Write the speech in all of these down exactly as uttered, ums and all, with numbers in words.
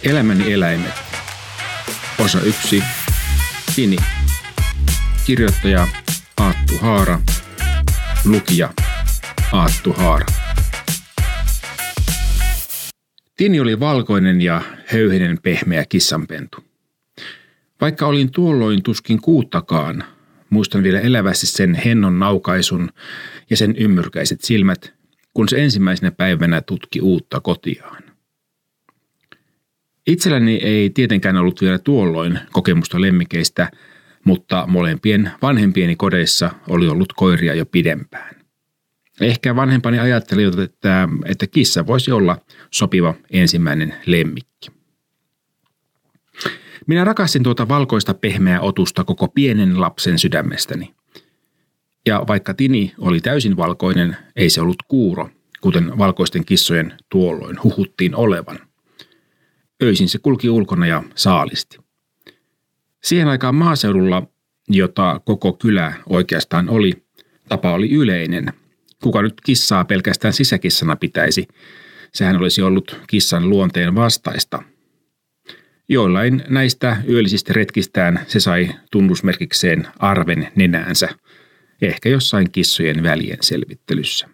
Elämäni eläimet. Osa yksi. Tini. Kirjoittaja Aattu Haara. Lukija Aattu Haara. Tini oli valkoinen ja höyhenen pehmeä kissanpentu. Vaikka olin tuolloin tuskin kuuttakaan, muistan vielä elävästi sen hennon naukaisun ja sen ymmyrkäiset silmät, kun se ensimmäisenä päivänä tutki uutta kotiaan. Itselläni ei tietenkään ollut vielä tuolloin kokemusta lemmikeistä, mutta molempien vanhempieni kodeissa oli ollut koiria jo pidempään. Ehkä vanhempani ajattelivat, että, että kissa voisi olla sopiva ensimmäinen lemmikki. Minä rakastin tuota valkoista pehmeää otusta koko pienen lapsen sydämestäni. Ja vaikka Tini oli täysin valkoinen, ei se ollut kuuro, kuten valkoisten kissojen tuolloin huhuttiin olevan. Öisin se kulki ulkona ja saalisti. Siihen aikaan maaseudulla, jota koko kylä oikeastaan oli, tapa oli yleinen. Kuka nyt kissaa pelkästään sisäkissana pitäisi? Sehän olisi ollut kissan luonteen vastaista. Joillain näistä yöllisistä retkistään se sai tunnusmerkikseen arven nenäänsä, ehkä jossain kissojen välien selvittelyssä.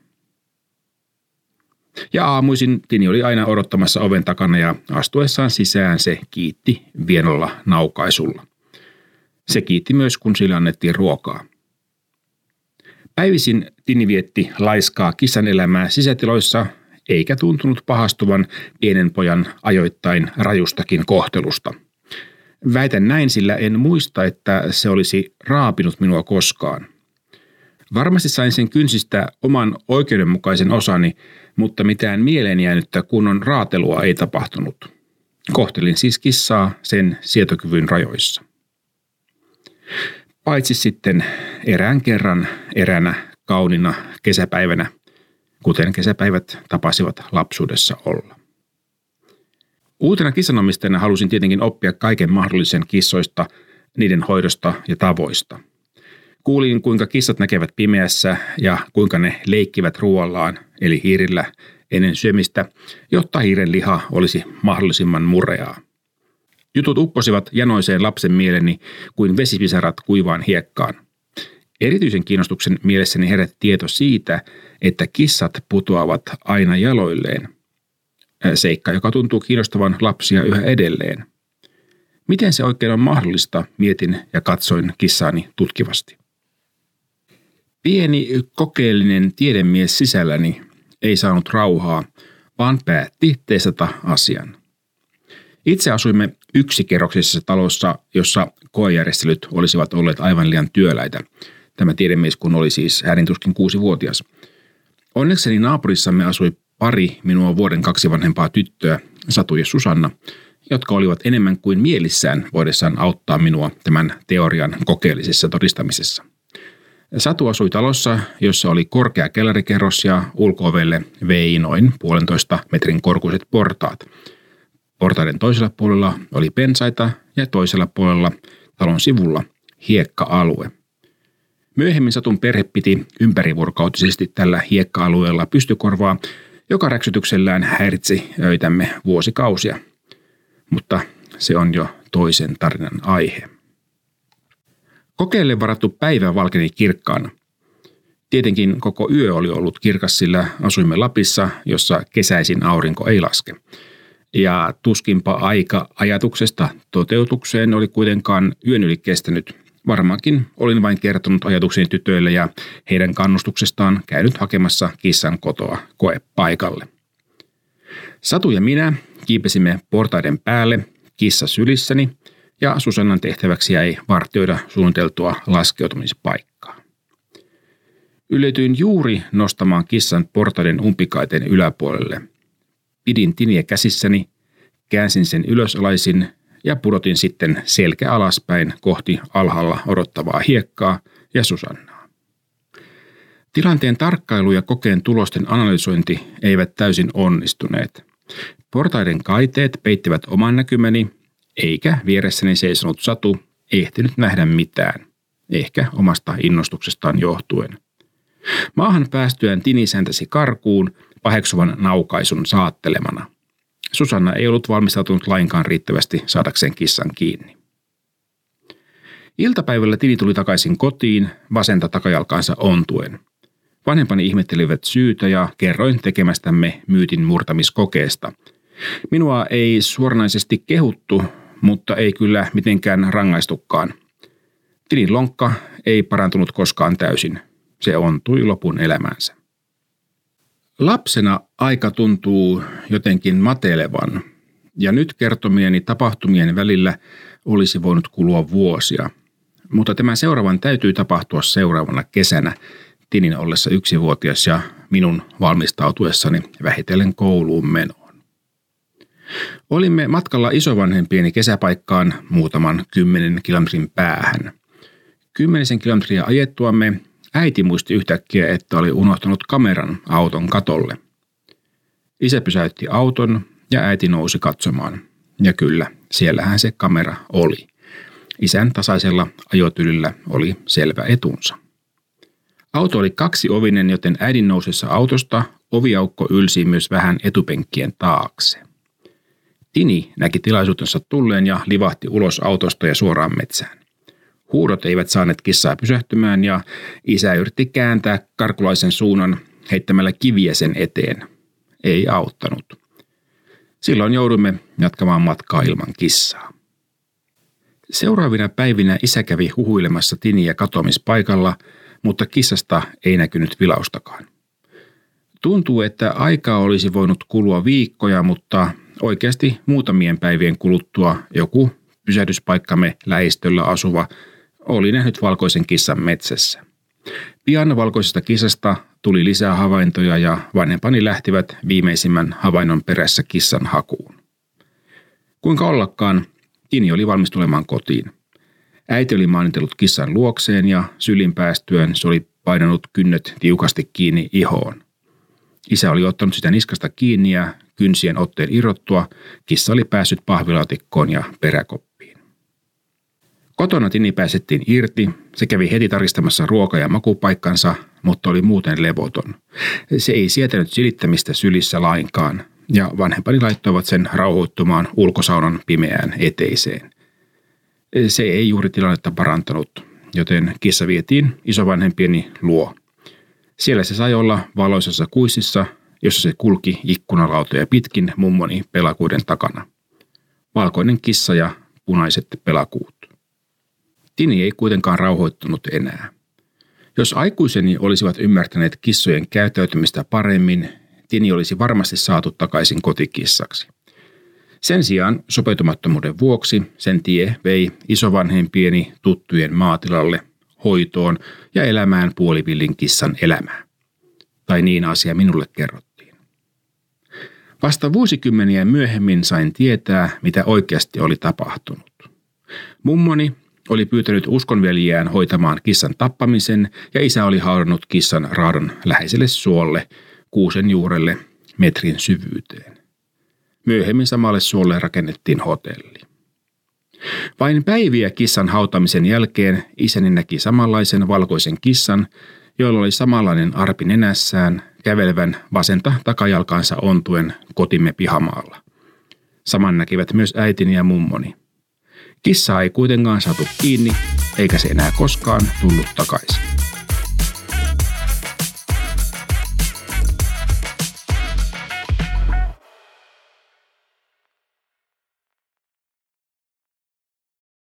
Ja aamuisin Tini oli aina odottamassa oven takana ja astuessaan sisään se kiitti vienolla naukaisulla. Se kiitti myös, kun sille annettiin ruokaa. Päivisin Tini vietti laiskaa kissan elämää sisätiloissa, eikä tuntunut pahastuvan pienen pojan ajoittain rajustakin kohtelusta. Väitän näin, sillä en muista, että se olisi raapinut minua koskaan. Varmasti sain sen kynsistä oman oikeudenmukaisen osani, mutta mitään mieleen jäänyttä kunnon raatelua ei tapahtunut. Kohtelin siis kissaa sen sietokyvyn rajoissa. Paitsi sitten erään kerran eränä kaunina kesäpäivänä, kuten kesäpäivät tapasivat lapsuudessa olla. Uutena kissanomistajana halusin tietenkin oppia kaiken mahdollisen kissoista, niiden hoidosta ja tavoista. Kuulin, kuinka kissat näkevät pimeässä ja kuinka ne leikkivät ruoallaan, eli hiirillä, ennen syömistä, jotta hiiren liha olisi mahdollisimman mureaa. Jutut upposivat janoiseen lapsen mieleni kuin vesipisarat kuivaan hiekkaan. Erityisen kiinnostuksen mielessäni herätti tieto siitä, että kissat putoavat aina jaloilleen. Seikka, joka tuntuu kiinnostavan lapsia yhä edelleen. Miten se oikein on mahdollista, mietin ja katsoin kissaani tutkivasti. Pieni kokeellinen tiedemies sisälläni ei saanut rauhaa, vaan päätti testata asian. Itse asuimme yksikerroksisessa talossa, jossa koejärjestelyt olisivat olleet aivan liian työläitä. Tämä tiedemies kun oli siis hädintuskin kuusivuotias. Onnekseni naapurissamme asui pari minua vuoden kaksi vanhempaa tyttöä, Satu ja Susanna, jotka olivat enemmän kuin mielissään voidessaan auttaa minua tämän teorian kokeellisessa todistamisessa. Satu asui talossa, jossa oli korkea kellarikerros ja ulko-ovelle vei noin puolentoista metrin korkuiset portaat. Portaiden toisella puolella oli pensaita ja toisella puolella talon sivulla hiekka-alue. Myöhemmin Satun perhe piti ympärivuorokautisesti tällä hiekka-alueella pystykorvaa, joka räksytyksellään häiritsi öitämme vuosikausia. Mutta se on jo toisen tarinan aihe. Kokeelle varattu päivä valkeni kirkkaana. Tietenkin koko yö oli ollut kirkas, sillä asuimme Lapissa, jossa kesäisin aurinko ei laske. Ja tuskinpa aika ajatuksesta toteutukseen oli kuitenkaan yön yli kestänyt. Varmaankin olin vain kertonut ajatukseni tytöille ja heidän kannustuksestaan käynyt hakemassa kissan kotoa koepaikalle. Satu ja minä kiipesimme portaiden päälle, kissa sylissäni, ja Susannan tehtäväksi jäi vartioida suunniteltua laskeutumispaikkaa. Yletyin juuri nostamaan kissan portaiden umpikaiten yläpuolelle. Pidin Tiniä käsissäni, käänsin sen ylösalaisin ja pudotin sitten selkä alaspäin kohti alhaalla odottavaa hiekkaa ja Susannaa. Tilanteen tarkkailu ja kokeen tulosten analysointi eivät täysin onnistuneet. Portaiden kaiteet peittivät oman näkymäni, eikä vieressäni seisonut Satu ehtinyt nähdä mitään, ehkä omasta innostuksestaan johtuen. Maahan päästyään Tini säntäsi karkuun paheksuvan naukaisun saattelemana. Susanna ei ollut valmistautunut lainkaan riittävästi saadakseen kissan kiinni. Iltapäivällä Tini tuli takaisin kotiin vasenta takajalkaansa ontuen. Vanhempani ihmettelivät syytä ja kerroin tekemästämme myytin murtamiskokeesta. Minua ei suoranaisesti kehuttu, mutta ei kyllä mitenkään rangaistukaan. Tinin lonkka ei parantunut koskaan täysin. Se ontui lopun elämäänsä. Lapsena aika tuntuu jotenkin matelevan, ja nyt kertomieni tapahtumien välillä olisi voinut kulua vuosia. Mutta tämän seuraavan täytyy tapahtua seuraavana kesänä Tinin ollessa yksivuotias ja minun valmistautuessani vähitellen kouluun menoon. Olimme matkalla isovanhempieni kesäpaikkaan muutaman kymmenen kilometrin päähän. Kymmenisen kilometriä ajettuamme äiti muisti yhtäkkiä, että oli unohtanut kameran auton katolle. Isä pysäytti auton ja äiti nousi katsomaan. Ja kyllä, siellähän se kamera oli. Isän tasaisella ajotylyllä oli selvä etunsa. Auto oli kaksiovinen, joten äidin nousessa autosta oviaukko ylsi myös vähän etupenkkien taakse. Tini näki tilaisuutensa tulleen ja livahti ulos autosta ja suoraan metsään. Huudot eivät saaneet kissaa pysähtymään ja isä yritti kääntää karkulaisen suunnan heittämällä kiviä sen eteen. Ei auttanut. Silloin joudumme jatkamaan matkaa ilman kissaa. Seuraavina päivinä isä kävi huhuilemassa Tiniä katoamispaikalla, mutta kissasta ei näkynyt vilaustakaan. Tuntuu, että aikaa olisi voinut kulua viikkoja, mutta oikeasti muutamien päivien kuluttua joku pysähdyspaikkamme lähistöllä asuva oli nähnyt valkoisen kissan metsässä. Pian valkoisesta kissasta tuli lisää havaintoja ja vanhempani lähtivät viimeisimmän havainnon perässä kissan hakuun. Kuinka ollakaan, Tini oli valmis tulemaan kotiin. Äiti oli maanitellut kissan luokseen ja sylin päästyään se oli painanut kynnet tiukasti kiinni ihoon. Isä oli ottanut sitä niskasta kiinni ja kynsien otteen irrottua kissa oli päässyt pahvilaatikkoon ja peräkoppiin. Kotona Tini pääsettiin irti. Se kävi heti tarkistamassa ruoka- ja makupaikkansa, mutta oli muuten levoton. Se ei sietänyt silittämistä sylissä lainkaan ja vanhempani laittoivat sen rauhoittumaan ulkosaunan pimeään eteiseen. Se ei juuri tilannetta parantanut, joten kissa vietiin isovanhempieni luo. Siellä se sai olla valoisessa kuississa, jossa se kulki ikkunalautoja pitkin mummoni pelakuiden takana. Valkoinen kissa ja punaiset pelakuut. Tini ei kuitenkaan rauhoittunut enää. Jos aikuiseni olisivat ymmärtäneet kissojen käyttäytymistä paremmin, Tini olisi varmasti saatu takaisin kotikissaksi. Sen sijaan sopeutumattomuuden vuoksi sen tie vei isovanhempieni tuttujen maatilalle, hoitoon ja elämään puolivillin kissan elämää. Tai niin asia minulle kerrottiin. Vasta vuosikymmeniä myöhemmin sain tietää, mitä oikeasti oli tapahtunut. Mummoni oli pyytänyt uskonveljiään hoitamaan kissan tappamisen ja isä oli haudannut kissan raadon läheiselle suolle, kuusen juurelle, metrin syvyyteen. Myöhemmin samalle suolle rakennettiin hotelli. Vain päiviä kissan hautamisen jälkeen isäni näki samanlaisen valkoisen kissan, jolla oli samanlainen arpi nenässään, kävelevän vasenta takajalkaansa ontuen kotimme pihamaalla. Saman näkivät myös äitini ja mummoni. Kissaa ei kuitenkaan saatu kiinni, eikä se enää koskaan tullut takaisin.